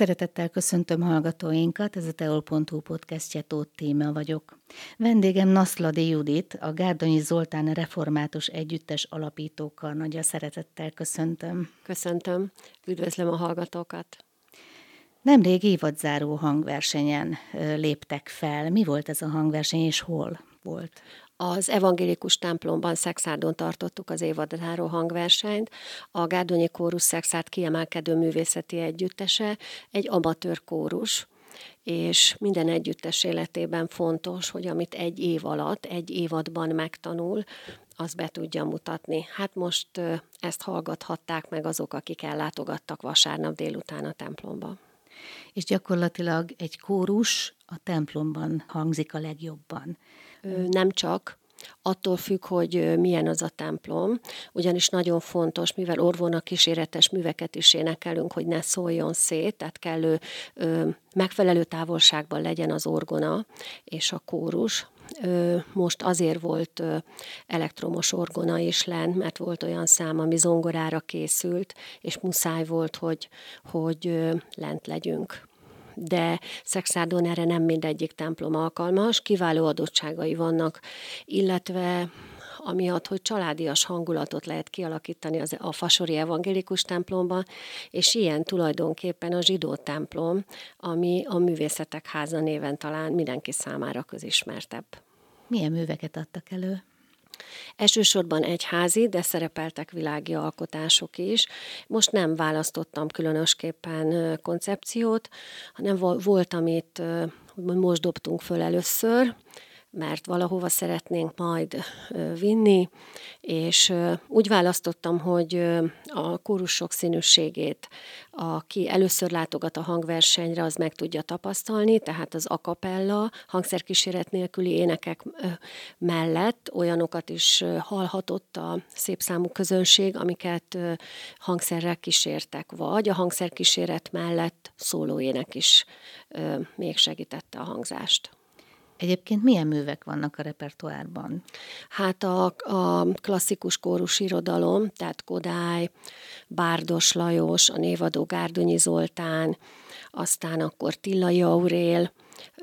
Szeretettel köszöntöm hallgatóinkat, ez a teol.hu podcastje, Tóth Tímea vagyok. Vendégem Naszlady Judit, a Gárdonyi Zoltán Református Együttes alapítókarnagya. Szeretettel köszöntöm. Köszöntöm, üdvözlöm a hallgatókat. Nemrég évadzáró hangversenyen léptek fel. Mi volt ez a hangverseny és hol volt? Az evangélikus templomban Szexárdon tartottuk az évadzáró hangversenyt. A Gárdonyi Kórus Szexárd kiemelkedő művészeti együttese egy amatőr kórus, és minden együttes életében fontos, hogy amit egy év alatt, egy évadban megtanul, azt be tudja mutatni. Hát most ezt hallgathatták meg azok, akik ellátogattak vasárnap délután a templomba. És gyakorlatilag egy kórus a templomban hangzik a legjobban. Nem csak, attól függ, hogy milyen az a templom, ugyanis nagyon fontos, mivel orvona kíséretes műveket is énekelünk, hogy ne szóljon szét, tehát kellő megfelelő távolságban legyen az orgona és a kórus. Most azért volt elektromos orgona is lent, mert volt olyan szám, ami zongorára készült, és muszáj volt, hogy lent legyünk. De Szexárdon erre nem mindegyik templom alkalmas, kiváló adottságai vannak, illetve amiatt, hogy családias hangulatot lehet kialakítani a fasori evangélikus templomban, és ilyen tulajdonképpen a zsidó templom, ami a Művészetek Háza néven talán mindenki számára közismertebb. Milyen műveket adtak elő? Elsősorban egyházi, de szerepeltek világi alkotások is. Most nem választottam különösképpen koncepciót, hanem volt, amit most dobtunk föl először, mert valahova szeretnénk majd vinni, és úgy választottam, hogy a kórus sokszínűségét, aki először látogat a hangversenyre, az meg tudja tapasztalni, tehát az a cappella, hangszerkíséret nélküli énekek mellett olyanokat is hallhatott a szépszámú közönség, amiket hangszerrel kísértek, vagy a hangszerkíséret mellett szólóének is még segítette a hangzást. Egyébként milyen művek vannak a repertoárban? Hát a klasszikus kórusirodalom, tehát Kodály, Bárdos Lajos, a névadó Gárdonyi Zoltán, aztán akkor Tillai Aurél,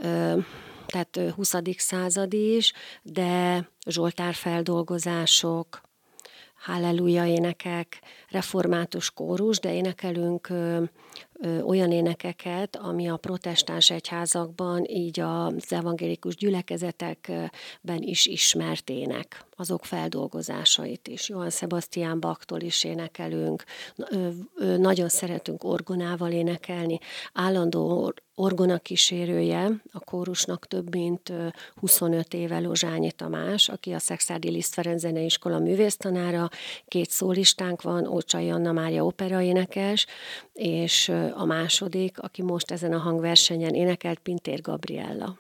tehát 20. századi is, de zsoltárfeldolgozások, halleluja énekek, református kórus, de énekelünk olyan énekeket, ami a protestáns egyházakban, így az evangélikus gyülekezetekben is ismert ének. Azok feldolgozásait is. Johann Sebastian Bachtól is énekelünk, nagyon szeretünk orgonával énekelni. Állandó orgona kísérője a kórusnak több mint 25 éve Lozsányi Tamás, aki a Szexárdi Liszt Ferenc Zeneiskola művésztanára, 2 szólistánk van, Ócsai Anna Mária operaénekes, és a második, aki most ezen a hangversenyen énekelt, Pintér Gabriella.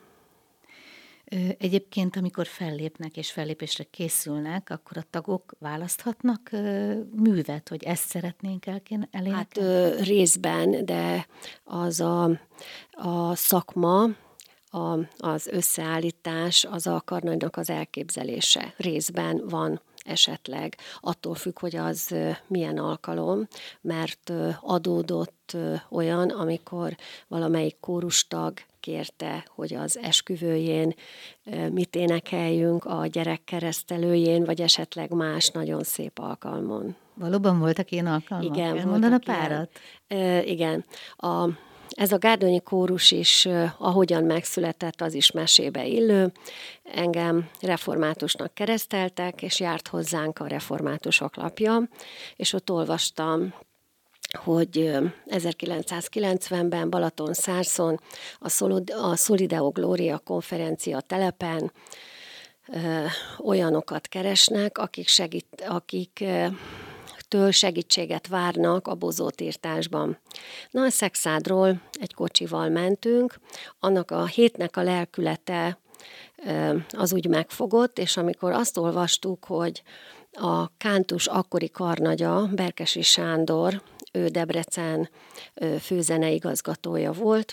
Egyébként, amikor fellépnek és fellépésre készülnek, akkor a tagok választhatnak művet, hogy ezt szeretnénk elénekelni? Hát részben, de az a szakma, az összeállítás, az a karnagynak az elképzelése részben van esetleg, attól függ, hogy az milyen alkalom, mert adódott olyan, amikor valamelyik kórustag kérte, hogy az esküvőjén mit énekeljünk, a gyerek keresztelőjén, vagy esetleg más nagyon szép alkalmon. Valóban voltak ilyen alkalmak? Igen, elmondana párat? Igen. Ez a gárdonyi kórus is, ahogyan megszületett, az is mesébe illő. Engem reformátusnak kereszteltek, és járt hozzánk a reformátusok lapja, és ott olvastam, hogy 1990-ben Balatonszárszon a Solideo Gloria konferencia telepen olyanokat keresnek, akik től segítséget várnak a bozótírtásban. Na, a Szexádról egy kocsival mentünk, annak a hétnek a lelkülete az úgy megfogott, és amikor azt olvastuk, hogy a kántus akkori karnagya, Berkesi Sándor, ő Debrecen főzeneigazgatója volt,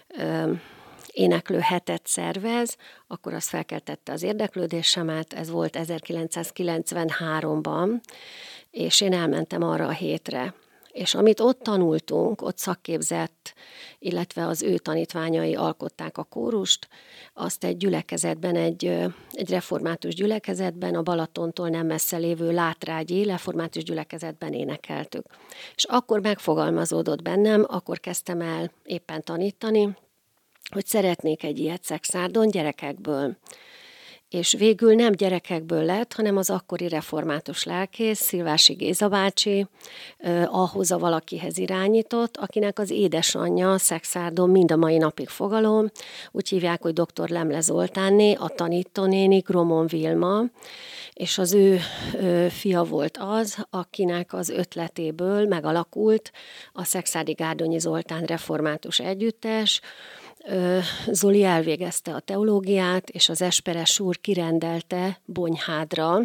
éneklő hetet szervez, akkor az felkeltette az érdeklődésemet, ez volt 1993-ban, és én elmentem arra a hétre. És amit ott tanultunk, ott szakképzett, illetve az ő tanítványai alkották a kórust, azt egy gyülekezetben, egy református gyülekezetben, a Balatontól nem messze lévő Látrágyi református gyülekezetben énekeltük. És akkor megfogalmazódott bennem, akkor kezdtem el éppen tanítani, hogy szeretnék egy ilyet Szekszárdon gyerekekből. És végül nem gyerekekből lett, hanem az akkori református lelkész, Szilvási Géza bácsi ahhoz a valakihez irányított, akinek az édesanyja Szekszárdon mind a mai napig fogalom, úgy hívják, hogy dr. Lemle Zoltánné, a tanítónéni Gromon Vilma, és az ő fia volt az, akinek az ötletéből megalakult a Szekszárdi Gárdonyi Zoltán református együttes. Zoli elvégezte a teológiát, és az Esperes úr kirendelte Bonyhádra,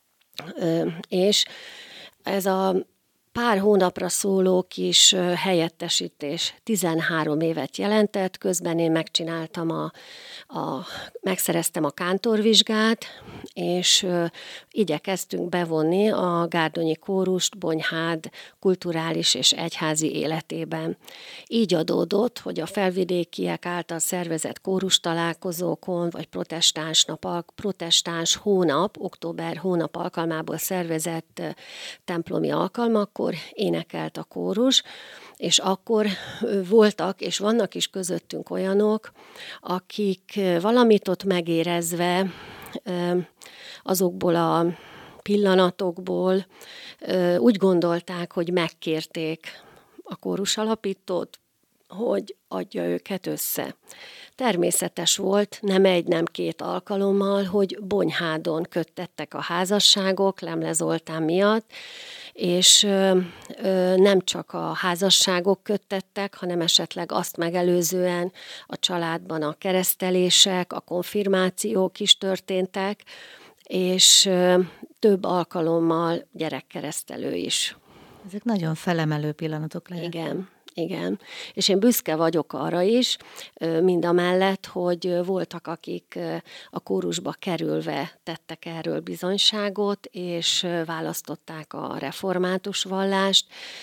és ez a pár hónapra szóló kis helyettesítés 13 évet jelentett, közben én megcsináltam megszereztem a kántorvizsgát, és igyekeztünk bevonni a gárdonyi kórust Bonyhád kulturális és egyházi életében. Így adódott, hogy a felvidékiek által szervezett kórus találkozókon, vagy protestáns hónap, október hónap alkalmából szervezett templomi alkalmakkor énekelt a kórus, és akkor voltak, és vannak is közöttünk olyanok, akik valamit ott megérezve azokból a pillanatokból úgy gondolták, hogy megkérték a kórus alapítót, hogy adja őket össze. Természetes volt, nem egy, nem két alkalommal, hogy Bonyhádon köttettek a házasságok Lemle Zoltán miatt, és nem csak a házasságok köttettek, hanem esetleg azt megelőzően a családban a keresztelések, a konfirmációk is történtek, és több alkalommal gyerekkeresztelő is. Ezek nagyon felemelő pillanatok lehetnek. Igen. És én büszke vagyok arra is, mindamellett, hogy voltak, akik a kórusba kerülve tettek erről bizonyságot, és választották a református vallást,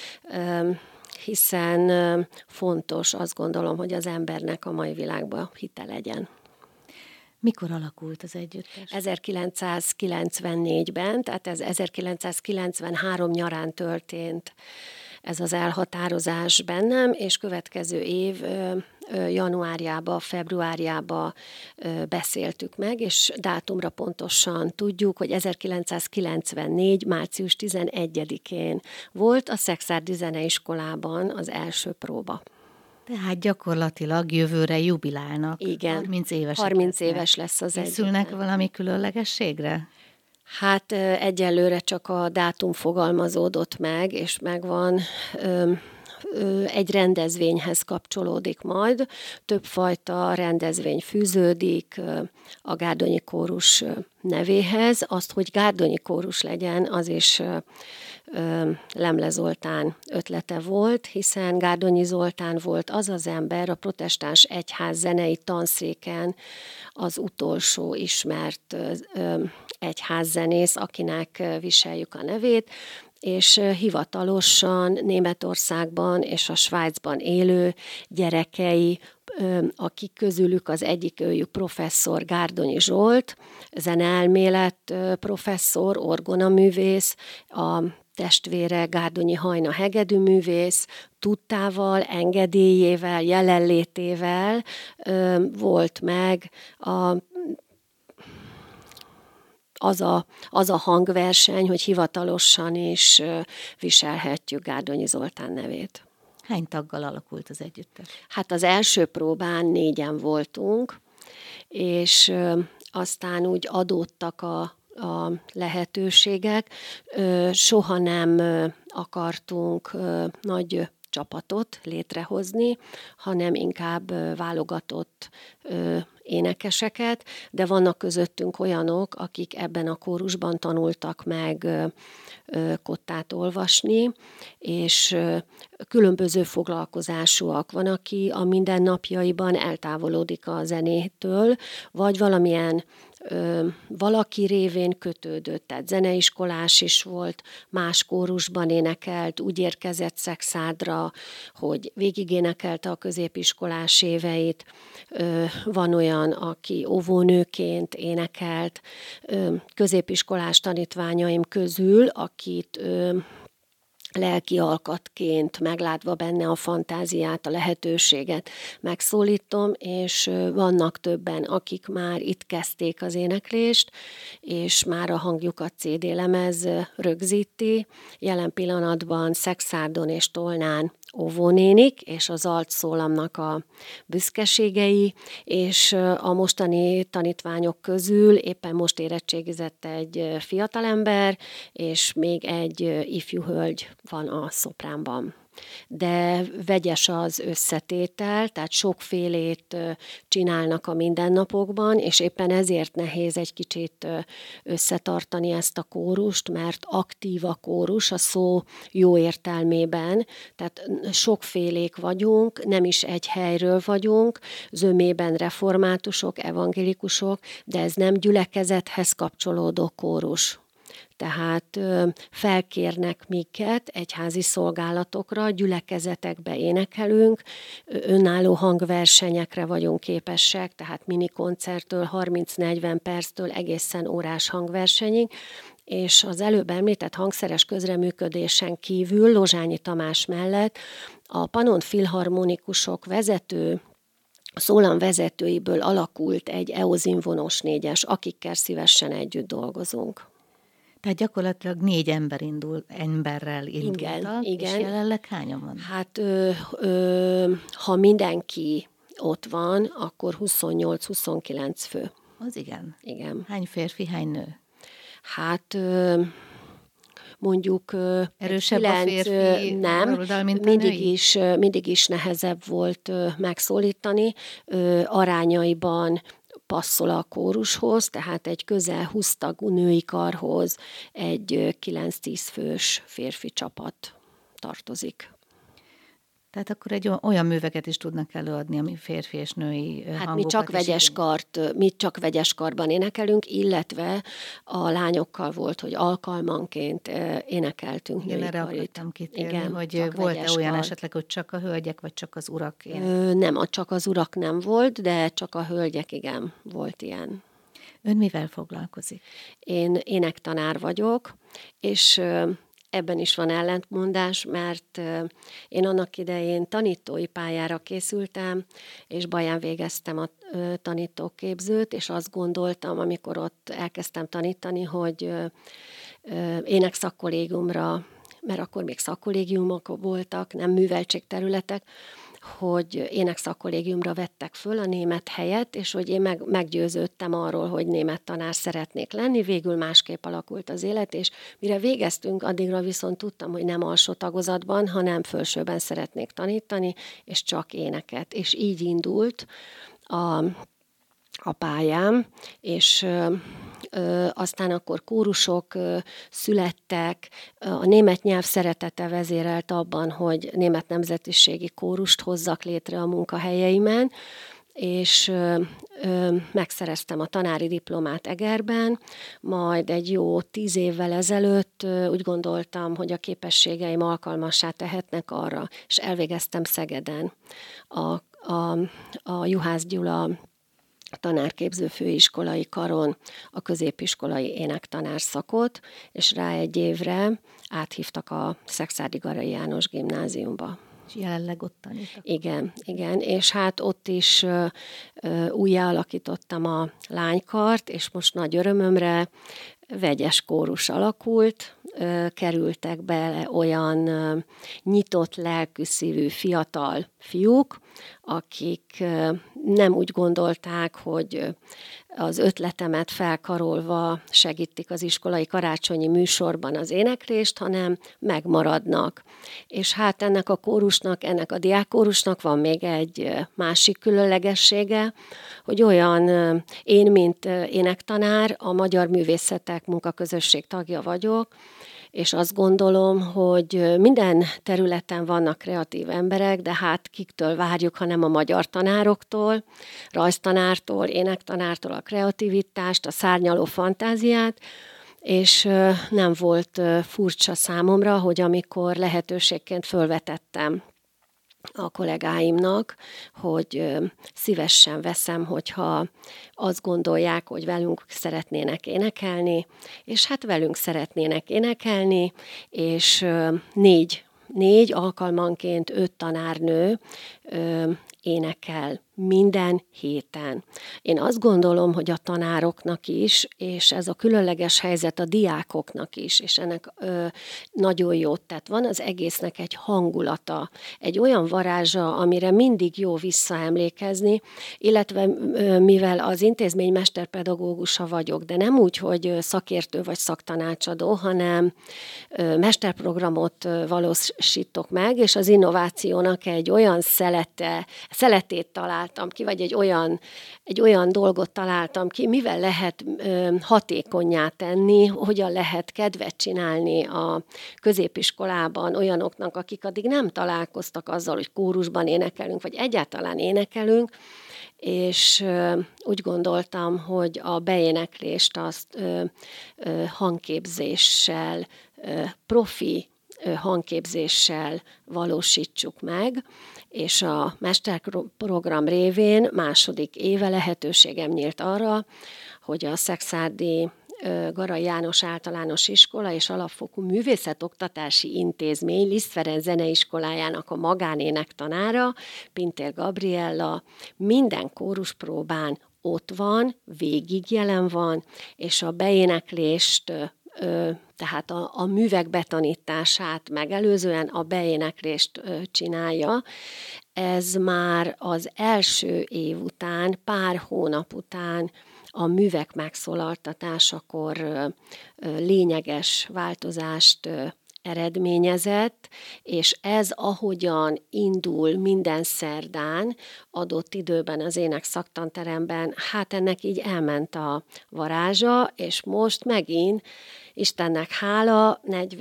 hiszen fontos, azt gondolom, hogy az embernek a mai világban hite legyen. Mikor alakult az együttes? 1994-ben, tehát ez 1993 nyarán történt ez az elhatározás bennem, és következő év januárjába, februárjába beszéltük meg, és dátumra pontosan tudjuk, hogy 1994. március 11-én volt a Szekszárdi Zeneiskolában az első próba. Tehát gyakorlatilag jövőre jubilálnak. Igen. 30 évesek 30 éves lesz az együttes. Készülnek valami különlegességre? Hát egyelőre csak a dátum fogalmazódott meg, és megvan, egy rendezvényhez kapcsolódik majd. Többfajta rendezvény fűződik a Gárdonyi kórus nevéhez. Azt, hogy Gárdonyi kórus legyen, az is Lemle Zoltán ötlete volt, hiszen Gárdonyi Zoltán volt az az ember a protestáns egyház zenei tanszéken az utolsó ismert egyházzenész, akinek viseljük a nevét, és hivatalosan Németországban és a Svájcban élő gyerekei, akik közülük az egyik őjük professzor Gárdonyi Zsolt, zeneelmélet professzor, orgonaművész, a testvére Gárdonyi Hajna hegedűművész, tudtával, engedélyével, jelenlétével volt meg az a hangverseny, hogy hivatalosan is viselhetjük Gárdonyi Zoltán nevét. Hány taggal alakult az együttes? Hát az első próbán 4-en voltunk, és aztán úgy adódtak a lehetőségek. Soha nem akartunk nagy csapatot létrehozni, hanem inkább válogatott énekeseket, de vannak közöttünk olyanok, akik ebben a kórusban tanultak meg kottát olvasni, és különböző foglalkozásúak. Van, aki a mindennapjaiban eltávolodik a zenétől, vagy valamilyen valaki révén kötődött, tehát zeneiskolás is volt, más kórusban énekelt, úgy érkezett Szekszádra, hogy végigénekelte a középiskolás éveit. Van olyan, aki óvónőként énekelt, középiskolás tanítványaim közül, akit lelki alkatként, meglátva benne a fantáziát, a lehetőséget megszólítom, és vannak többen, akik már itt kezdték az éneklést, és már a hangjukat CD-lemez rögzíti. Jelen pillanatban Szekszárdon és Tolnán óvónénik, és az altszólamnak a büszkeségei, és a mostani tanítványok közül éppen most érettségizett egy fiatalember, és még egy ifjú hölgy van a szopránban. De vegyes az összetétel, tehát sokfélét csinálnak a mindennapokban, és éppen ezért nehéz egy kicsit összetartani ezt a kórust, mert aktív a kórus a szó jó értelmében, tehát sokfélék vagyunk, nem is egy helyről vagyunk, zömében reformátusok, evangélikusok, de ez nem gyülekezethez kapcsolódó kórus. Tehát felkérnek minket egyházi szolgálatokra, gyülekezetekbe énekelünk, önálló hangversenyekre vagyunk képesek, tehát minikoncerttől, 30-40 perctől egészen órás hangversenyig, és az előbb említett hangszeres közreműködésen kívül Lozsányi Tamás mellett a Pannon Filharmonikusok szólam vezetőiből alakult egy EOZIN vonos négyes, akikkel szívesen együtt dolgozunk. Tehát gyakorlatilag 4 emberrel indultak, igen. És jelenleg hányan van? Hát ha mindenki ott van, akkor 28-29 fő. Az igen. Igen. Hány férfi, hány nő? Hát mondjuk erősebb a férfi nem, oldal, mint a női? mindig is nehezebb volt megszólítani, arányaiban passzol a kórushoz, tehát egy közel 20 tagú női karhoz egy 9-10 fős férfi csapat tartozik. Tehát akkor egy olyan műveket is tudnak előadni, ami férfi és női hangokat. Mi csak vegyes karban énekelünk, illetve a lányokkal volt, hogy alkalmanként énekeltünk női karit. Erre akartam kitérni, hogy volt-e olyan esetleg, hogy csak a hölgyek, vagy csak az urak? Nem, csak az urak nem volt, de csak a hölgyek, igen, volt ilyen. Ön mivel foglalkozik? Én énektanár vagyok, és ebben is van ellentmondás, mert én annak idején tanítói pályára készültem, és Baján végeztem a tanítóképzőt, és azt gondoltam, amikor ott elkezdtem tanítani, hogy énekszakkollégiumra, mert akkor még szakkollégiumok voltak, nem műveltségterületek, hogy énekszakkollégiumra vettek föl a német helyet, és hogy én meggyőződtem arról, hogy német tanár szeretnék lenni, végül másképp alakult az élet, és mire végeztünk, addigra viszont tudtam, hogy nem alsó tagozatban, hanem felsőben szeretnék tanítani, és csak éneket. És így indult a pályám, és aztán akkor kórusok születtek, a német nyelv szeretete vezérelt abban, hogy német nemzetiségi kórust hozzak létre a munkahelyeimen, és megszereztem a tanári diplomát Egerben, majd egy jó 10 évvel ezelőtt úgy gondoltam, hogy a képességeim alkalmassá tehetnek arra, és elvégeztem Szegeden a Juhász Gyula tanárképző főiskolai karon a középiskolai énektanár szakot, és rá egy évre áthívtak a Szekszárdi Garai János Gimnáziumba. És jelenleg ott tanítok. Igen, és hát ott is újjáalakítottam a lánykart, és most nagy örömömre vegyes kórus alakult, kerültek bele olyan nyitott lelkűszívű fiatal fiúk, akik nem úgy gondolták, hogy az ötletemet felkarolva segítik az iskolai karácsonyi műsorban az éneklést, hanem megmaradnak. És hát ennek a kórusnak, ennek a diákkórusnak van még egy másik különlegessége, hogy olyan, én, mint énektanár, a Magyar Művészetek Munkaközösség tagja vagyok, és azt gondolom, hogy minden területen vannak kreatív emberek, de hát kiktől várjuk kérjük, hanem a magyar tanároktól, rajztanártól, énektanártól a kreativitást, a szárnyaló fantáziát, és nem volt furcsa számomra, hogy amikor lehetőségként fölvetettem a kollégáimnak, hogy szívesen veszem, hogyha azt gondolják, hogy velünk szeretnének énekelni, és hát velünk szeretnének énekelni, és négy alkalmanként 5 tanárnő énekel minden héten. Én azt gondolom, hogy a tanároknak is, és ez a különleges helyzet a diákoknak is, és ennek nagyon jót tett. Van az egésznek egy hangulata, egy olyan varázsa, amire mindig jó visszaemlékezni, illetve mivel az intézmény mesterpedagógusa vagyok, de nem úgy, hogy szakértő vagy szaktanácsadó, hanem mesterprogramot valósítok meg, és az innovációnak egy olyan szeletét találtam ki, vagy egy olyan dolgot találtam ki, mivel lehet hatékonnyá tenni, hogyan lehet kedvet csinálni a középiskolában olyanoknak, akik addig nem találkoztak azzal, hogy kórusban énekelünk, vagy egyáltalán énekelünk, és úgy gondoltam, hogy a beéneklést azt hangképzéssel, profi hangképzéssel valósítsuk meg, és a mesterprogram révén második éve lehetőségem nyílt arra, hogy a Szekszárdi Garai János Általános Iskola és Alapfokú Művészetoktatási Intézmény Liszt Ferenc Zeneiskolájának a magánének tanára, Pintér Gabriella minden kóruspróbán ott van, végig jelen van, és a beéneklést, tehát a művek betanítását megelőzően a beéneklést csinálja. Ez már az első év után, pár hónap után a művek megszólaltatásakor lényeges változást eredményezett, és ez ahogyan indul minden szerdán, adott időben az ének szaktanteremben, hát ennek így elment a varázsa, és most megint Istennek hála,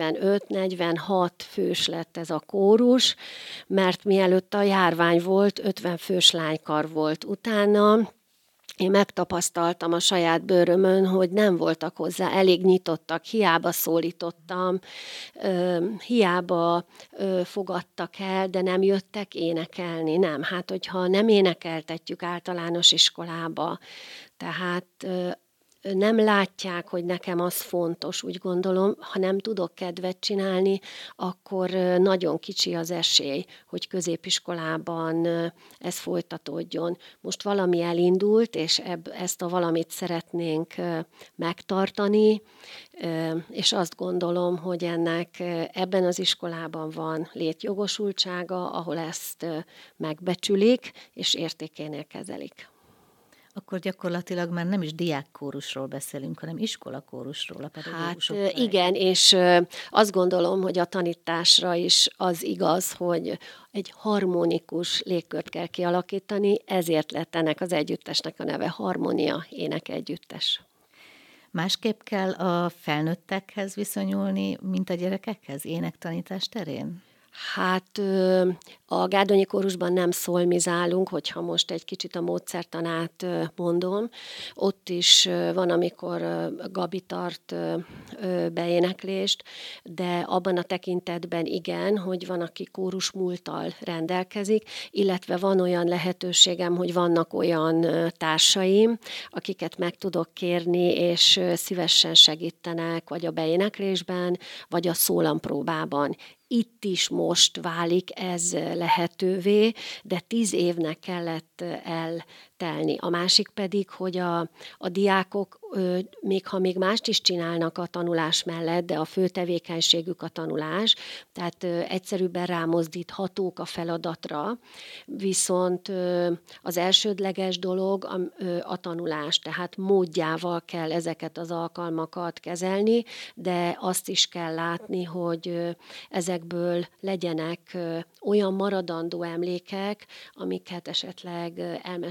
45-46 fős lett ez a kórus, mert mielőtt a járvány volt, 50 fős lánykar volt utána. Én megtapasztaltam a saját bőrömön, hogy nem voltak hozzá elég nyitottak, hiába szólítottam, hiába fogadtak el, de nem jöttek énekelni. Nem, hát hogyha nem énekeltetjük általános iskolába, tehát nem látják, hogy nekem az fontos, úgy gondolom, ha nem tudok kedvet csinálni, akkor nagyon kicsi az esély, hogy középiskolában ez folytatódjon. Most valami elindult, és ezt a valamit szeretnénk megtartani, és azt gondolom, hogy ennek ebben az iskolában van létjogosultsága, ahol ezt megbecsülik, és értékénél kezelik. Akkor gyakorlatilag már nem is diákkórusról beszélünk, hanem iskolakórusról a pedagógusok. Hát igen, és azt gondolom, hogy a tanításra is az igaz, hogy egy harmonikus légkört kell kialakítani, ezért lett ennek az együttesnek a neve Harmónia Énekegyüttes. Másképp kell a felnőttekhez viszonyulni, mint a gyerekekhez énektanítás terén? Hát a Gárdonyi kórusban nem szolmizálunk, hogyha most egy kicsit a módszertanát mondom. Ott is van, amikor Gabi tart beéneklést, de abban a tekintetben igen, hogy van, aki kórus múlttal rendelkezik, illetve van olyan lehetőségem, hogy vannak olyan társaim, akiket meg tudok kérni, és szívesen segítenek, vagy a beéneklésben, vagy a szólampróbában. Itt is most válik ez lehetővé, de 10 évnek kellett eltelni. A másik pedig, hogy a diákok, még mást is csinálnak a tanulás mellett, de a fő tevékenységük a tanulás, tehát egyszerűbben rámozdíthatók a feladatra, viszont az elsődleges dolog a tanulás, tehát módjával kell ezeket az alkalmakat kezelni, de azt is kell látni, hogy ezekből legyenek olyan maradandó emlékek, amiket esetleg elmesélnek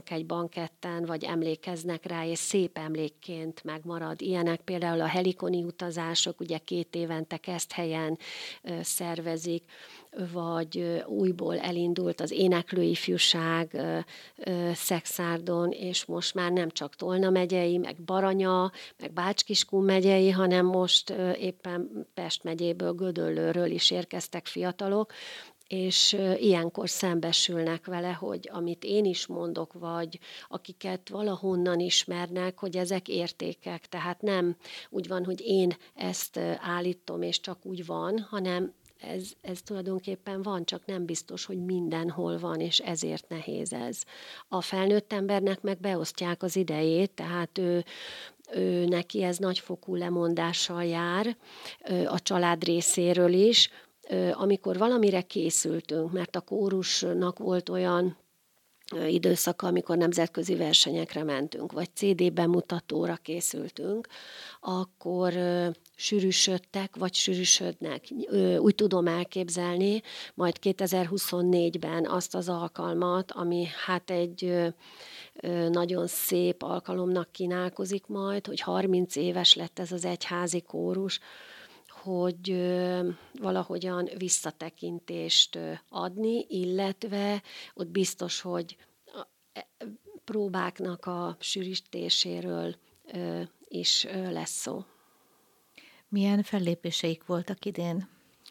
voltak egy banketten, vagy emlékeznek rá, és szép emlékként megmarad. Ilyenek például a helikoni utazások, ugye 2 évente Keszthelyen szervezik, vagy újból elindult az éneklő ifjúság Szekszárdon, és most már nem csak Tolna megyei, meg Baranya, meg Bács-Kiskun megyei, hanem most éppen Pest megyéből, Gödöllőről is érkeztek fiatalok, és ilyenkor szembesülnek vele, hogy amit én is mondok, vagy akiket valahonnan ismernek, hogy ezek értékek. Tehát nem úgy van, hogy én ezt állítom, és csak úgy van, hanem ez tulajdonképpen van, csak nem biztos, hogy mindenhol van, és ezért nehéz ez. A felnőtt embernek meg beosztják az idejét, tehát ő neki ez nagyfokú lemondással jár, a család részéről is, amikor valamire készültünk, mert a kórusnak volt olyan időszaka, amikor nemzetközi versenyekre mentünk, vagy CD bemutatóra készültünk, akkor sűrűsödtek, vagy sűrűsödnek. Úgy tudom elképzelni, majd 2024-ben azt az alkalmat, ami hát egy nagyon szép alkalomnak kínálkozik majd, hogy 30 éves lett ez az egyházi kórus, hogy valahogyan visszatekintést adni, illetve ott biztos, hogy próbáknak a sűrítéséről is lesz szó. Milyen fellépéseik voltak idén?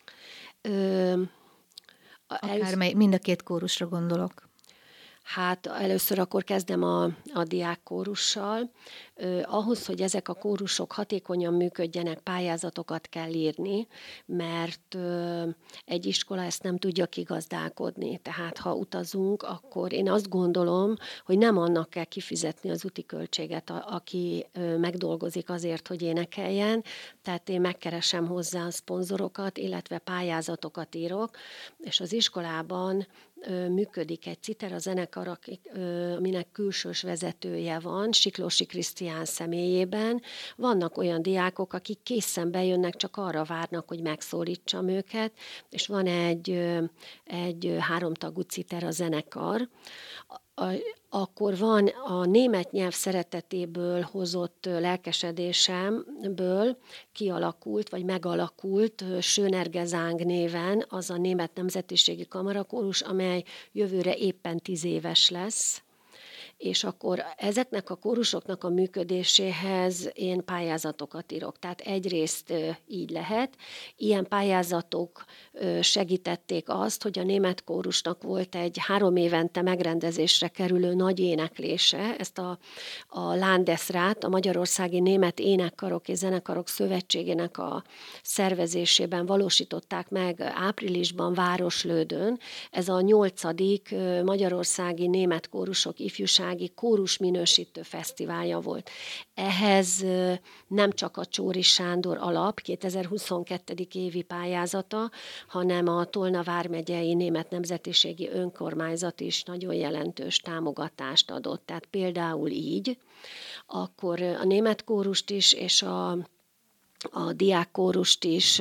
Mind a 2 kórusra gondolok. Hát először akkor kezdem a diákkórussal. Ahhoz, hogy ezek a kórusok hatékonyan működjenek, pályázatokat kell írni, mert egy iskola ezt nem tudja kigazdálkodni. Tehát ha utazunk, akkor én azt gondolom, hogy nem annak kell kifizetni az úti költséget, aki megdolgozik azért, hogy énekeljen. Tehát én megkeresem hozzá a szponzorokat, illetve pályázatokat írok, és az iskolában működik egy citera zenekar, aminek külsős vezetője van, Siklósi Krisztián személyében. Vannak olyan diákok, akik készen bejönnek, csak arra várnak, hogy megszólítsam őket, és van egy 3 tagú citera zenekar. Akkor van a német nyelv szeretetéből hozott lelkesedésemből kialakult, vagy megalakult Schöner Gesang néven az a német nemzetiségi kamarakórus, amely jövőre éppen 10 éves lesz. És akkor ezeknek a kórusoknak a működéséhez én pályázatokat írok. Tehát egyrészt így lehet. Ilyen pályázatok segítették azt, hogy a német kórusnak volt egy 3 évente megrendezésre kerülő nagy éneklése. Ezt a Landesrat, a Magyarországi Német Énekkarok és Zenekarok Szövetségének a szervezésében valósították meg áprilisban Városlődön. Ez a 8. Magyarországi Német Kórusok Ifjúsági Kórus Minősítő Fesztiválja volt. Ehhez nem csak a Csóri Sándor Alap 2022. évi pályázata, hanem a Tolna vármegyei Német Nemzetiségi Önkormányzat is nagyon jelentős támogatást adott. Tehát például így, akkor a német kórust is és a diákkórust is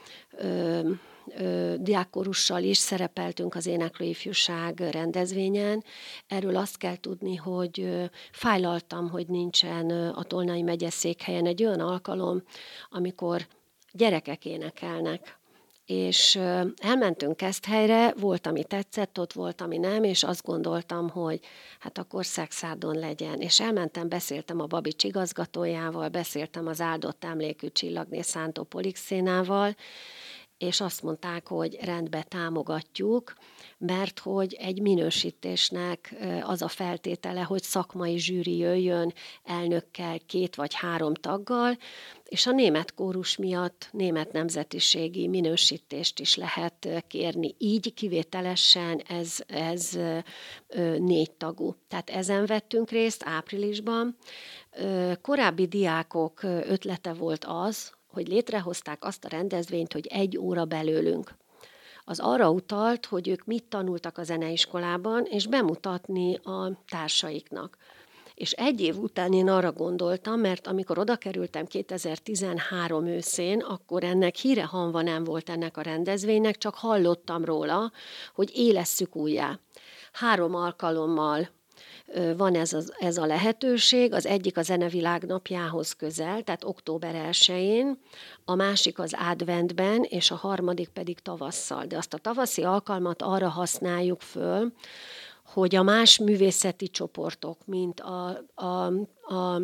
diákkorussal is szerepeltünk az Éneklő Ifjúság rendezvényen. Erről azt kell tudni, hogy fájlaltam, hogy nincsen a Tolnai megyeszékhelyen egy olyan alkalom, amikor gyerekek énekelnek. És elmentünk Keszthelyre, volt, ami tetszett, ott volt, ami nem, és azt gondoltam, hogy hát akkor Szekszárdon legyen. És elmentem, beszéltem a Babics igazgatójával, beszéltem az áldott emlékű Csillagné Szántó Polixénával, és azt mondták, hogy rendbe támogatjuk, mert hogy egy minősítésnek az a feltétele, hogy szakmai zsűri jöjjön elnökkel, 2 vagy 3 taggal, és a német kórus miatt német nemzetiségi minősítést is lehet kérni. Így kivételesen ez 4 tagú. Tehát ezen vettünk részt áprilisban. Korábbi diákok ötlete volt az, hogy létrehozták azt a rendezvényt, hogy 1 óra belőlünk. Az arra utalt, hogy ők mit tanultak a zeneiskolában, és bemutatni a társaiknak. És 1 év után én arra gondoltam, mert amikor oda kerültem 2013 őszén, akkor ennek híre-hanva nem volt ennek a rendezvénynek, csak hallottam róla, hogy élesszük újjá. 3 alkalommal van ez a lehetőség, az egyik a Zenevilág napjához közel, tehát október 1-én, a másik az adventben, és a harmadik pedig tavasszal. De azt a tavaszi alkalmat arra használjuk föl, hogy a más művészeti csoportok, mint a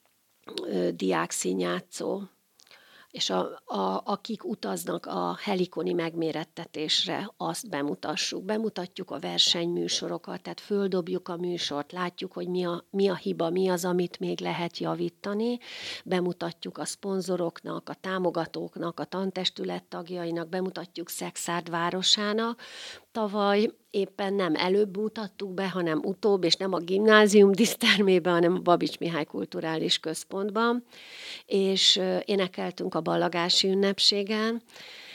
diákszínjátszó, és akik utaznak a helikoni megmérettetésre, azt bemutassuk. Bemutatjuk a versenyműsorokat, tehát földobjuk a műsort, látjuk, hogy mi a hiba, mi az, amit még lehet javítani. Bemutatjuk a szponzoroknak, a támogatóknak, a tantestület tagjainak, bemutatjuk Szekszárd városának. Tavaly éppen nem előbb mutattuk be, hanem utóbb, és nem a gimnázium dísztermében, hanem a Babits Mihály Kulturális Központban, és énekeltünk a ballagási ünnepségen,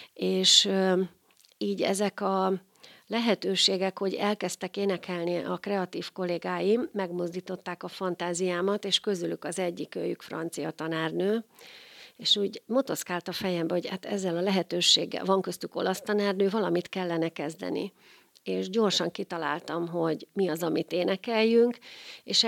és így ezek a lehetőségek, hogy elkezdtek énekelni a kreatív kollégáim, megmozdították a fantáziámat, és közülük az egyikőjük francia tanárnő, és úgy motoszkált a fejembe, hogy hát ezzel a lehetőséggel, van köztük olasz tanárnő, valamit kellene kezdeni. És gyorsan kitaláltam, hogy mi az, amit énekeljünk, és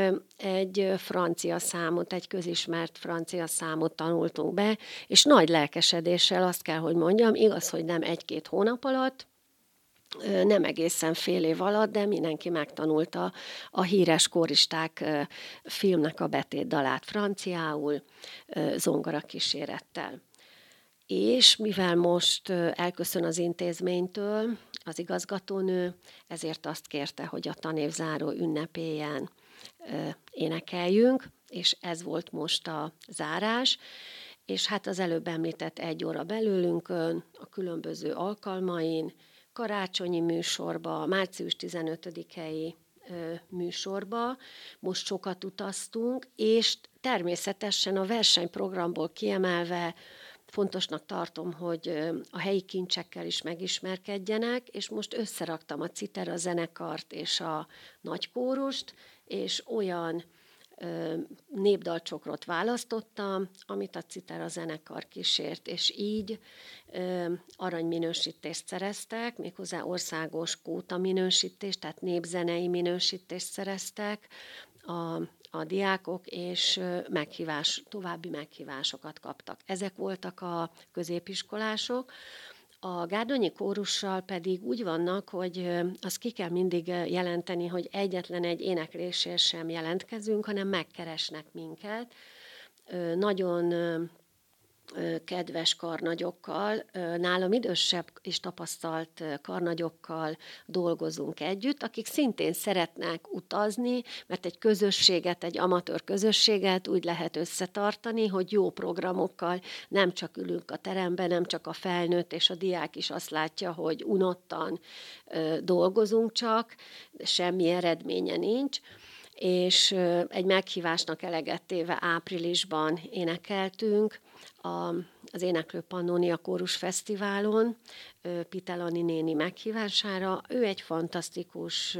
egy francia számot, egy közismert francia számot tanultunk be, és nagy lelkesedéssel azt kell, hogy mondjam, igaz, hogy nem 1-2 hónap alatt, nem egészen fél év alatt, de mindenki megtanulta a híres kóristák filmnek a betétdalát franciául, zongorakísérettel. És mivel most elköszön az intézménytől az igazgatónő, ezért azt kérte, hogy a tanévzáró ünnepélyen énekeljünk, és ez volt most a zárás. És hát az előbb említett 1 óra belőlünkön, a különböző alkalmain, karácsonyi műsorba, március 15-i műsorba, most sokat utaztunk, és természetesen a versenyprogramból kiemelve fontosnak tartom, hogy a helyi kincsekkel is megismerkedjenek, és most összeraktam a Citera zenekart és a nagykórust, és olyan népdalcsokrot választottam, amit a Citera zenekar kísért, és így aranyminősítést szereztek, méghozzá országos kóta minősítést, tehát népzenei minősítést szereztek a diákok, és további meghívásokat kaptak. Ezek voltak a középiskolások. A gárdonyi kórussal pedig úgy vannak, hogy azt ki kell mindig jelenteni, hogy egyetlen egy éneklésért sem jelentkezünk, hanem megkeresnek minket. Nagyon kedves karnagyokkal, nálam idősebb és tapasztalt karnagyokkal dolgozunk együtt, akik szintén szeretnek utazni, mert egy közösséget, egy amatőr közösséget úgy lehet összetartani, hogy jó programokkal nem csak ülünk a teremben, nem csak a felnőtt és a diák is azt látja, hogy unottan dolgozunk csak, semmi eredménye nincs, és egy meghívásnak eleget téve áprilisban énekeltünk az Éneklő Pannónia Kórus Fesztiválon, Pitelani néni meghívására. Ő egy fantasztikus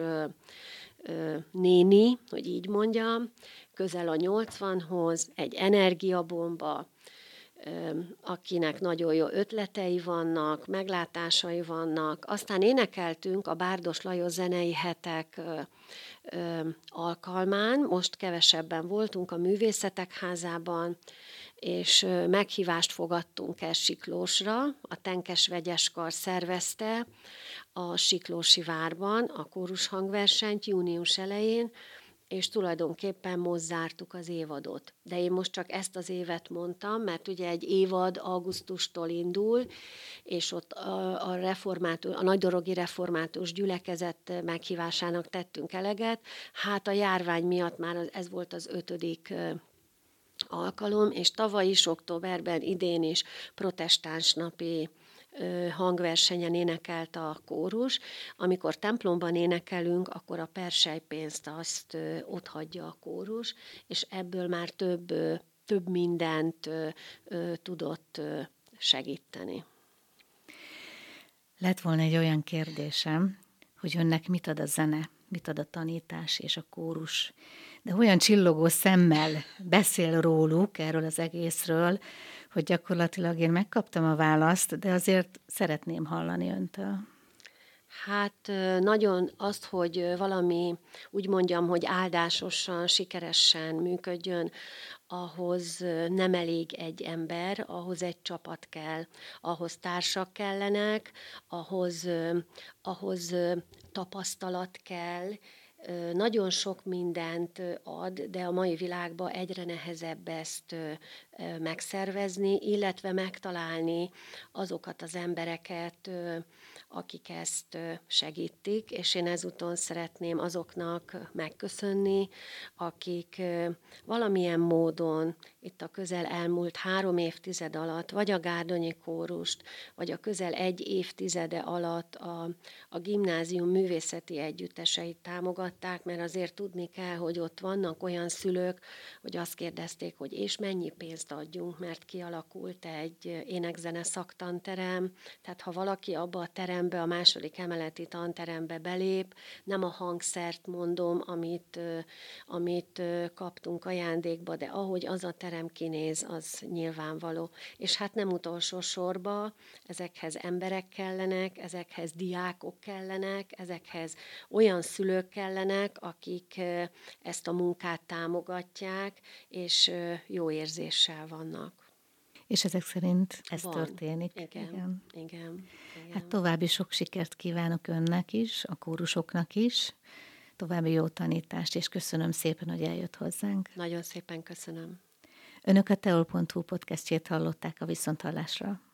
néni, hogy így mondjam, közel a 80-hoz, egy energiabomba, akinek nagyon jó ötletei vannak, meglátásai vannak. Aztán énekeltünk a Bárdos Lajos zenei hetek alkalmán, most kevesebben voltunk a Művészetek Házában, és meghívást fogadtunk el Siklósra, a Tenkes Vegyeskar szervezte a Siklósi Várban a kórus hangversenyt június elején, és tulajdonképpen most zártuk az évadot. De én most csak ezt az évet mondtam, mert ugye egy évad augusztustól indul, és ott a nagydorogi református gyülekezet meghívásának tettünk eleget. Hát a járvány miatt már ez volt az 5. alkalom, és tavaly is, októberben, idén is protestáns napi hangversenyen énekelt a kórus. Amikor templomban énekelünk, akkor a perselypénzt azt otthagyja a kórus, és ebből már több mindent tudott segíteni. Lett volna egy olyan kérdésem, hogy önnek mit ad a zene, mit ad a tanítás és a kórus, de olyan csillogó szemmel beszél róluk, erről az egészről, hogy gyakorlatilag én megkaptam a választ, de azért szeretném hallani öntől. Hát nagyon azt, hogy valami, úgy mondjam, hogy áldásosan, sikeresen működjön, ahhoz nem elég egy ember, ahhoz egy csapat kell, ahhoz társak kellenek, ahhoz tapasztalat kell, nagyon sok mindent ad, de a mai világban egyre nehezebb ezt megszervezni, illetve megtalálni azokat az embereket, akik ezt segítik, és én ezúton szeretném azoknak megköszönni, akik valamilyen módon itt a közel elmúlt 3 évtized alatt, vagy a Gárdonyi Kórust, vagy a közel 1 évtizede alatt a gimnázium művészeti együtteseit támogatták, mert azért tudni kell, hogy ott vannak olyan szülők, hogy azt kérdezték, hogy és mennyi pénzt adjunk, mert kialakult egy énekzene szaktanterem, tehát ha valaki abba a terembe, a 2. emeleti tanterembe belép, nem a hangszert mondom, amit kaptunk ajándékba, de ahogy az a terem kinéz, az nyilvánvaló. És hát nem utolsó sorba ezekhez emberek kellenek, ezekhez diákok kellenek, ezekhez olyan szülők kellenek, akik ezt a munkát támogatják, és jó érzéssel vannak. És ezek szerint ez Van. történik. Igen. Hát további sok sikert kívánok önnek is, a kórusoknak is, további jó tanítást, és köszönöm szépen, hogy eljött hozzánk. Nagyon szépen köszönöm. Önök a teol.hu podcastjét hallották, a viszonthallásra.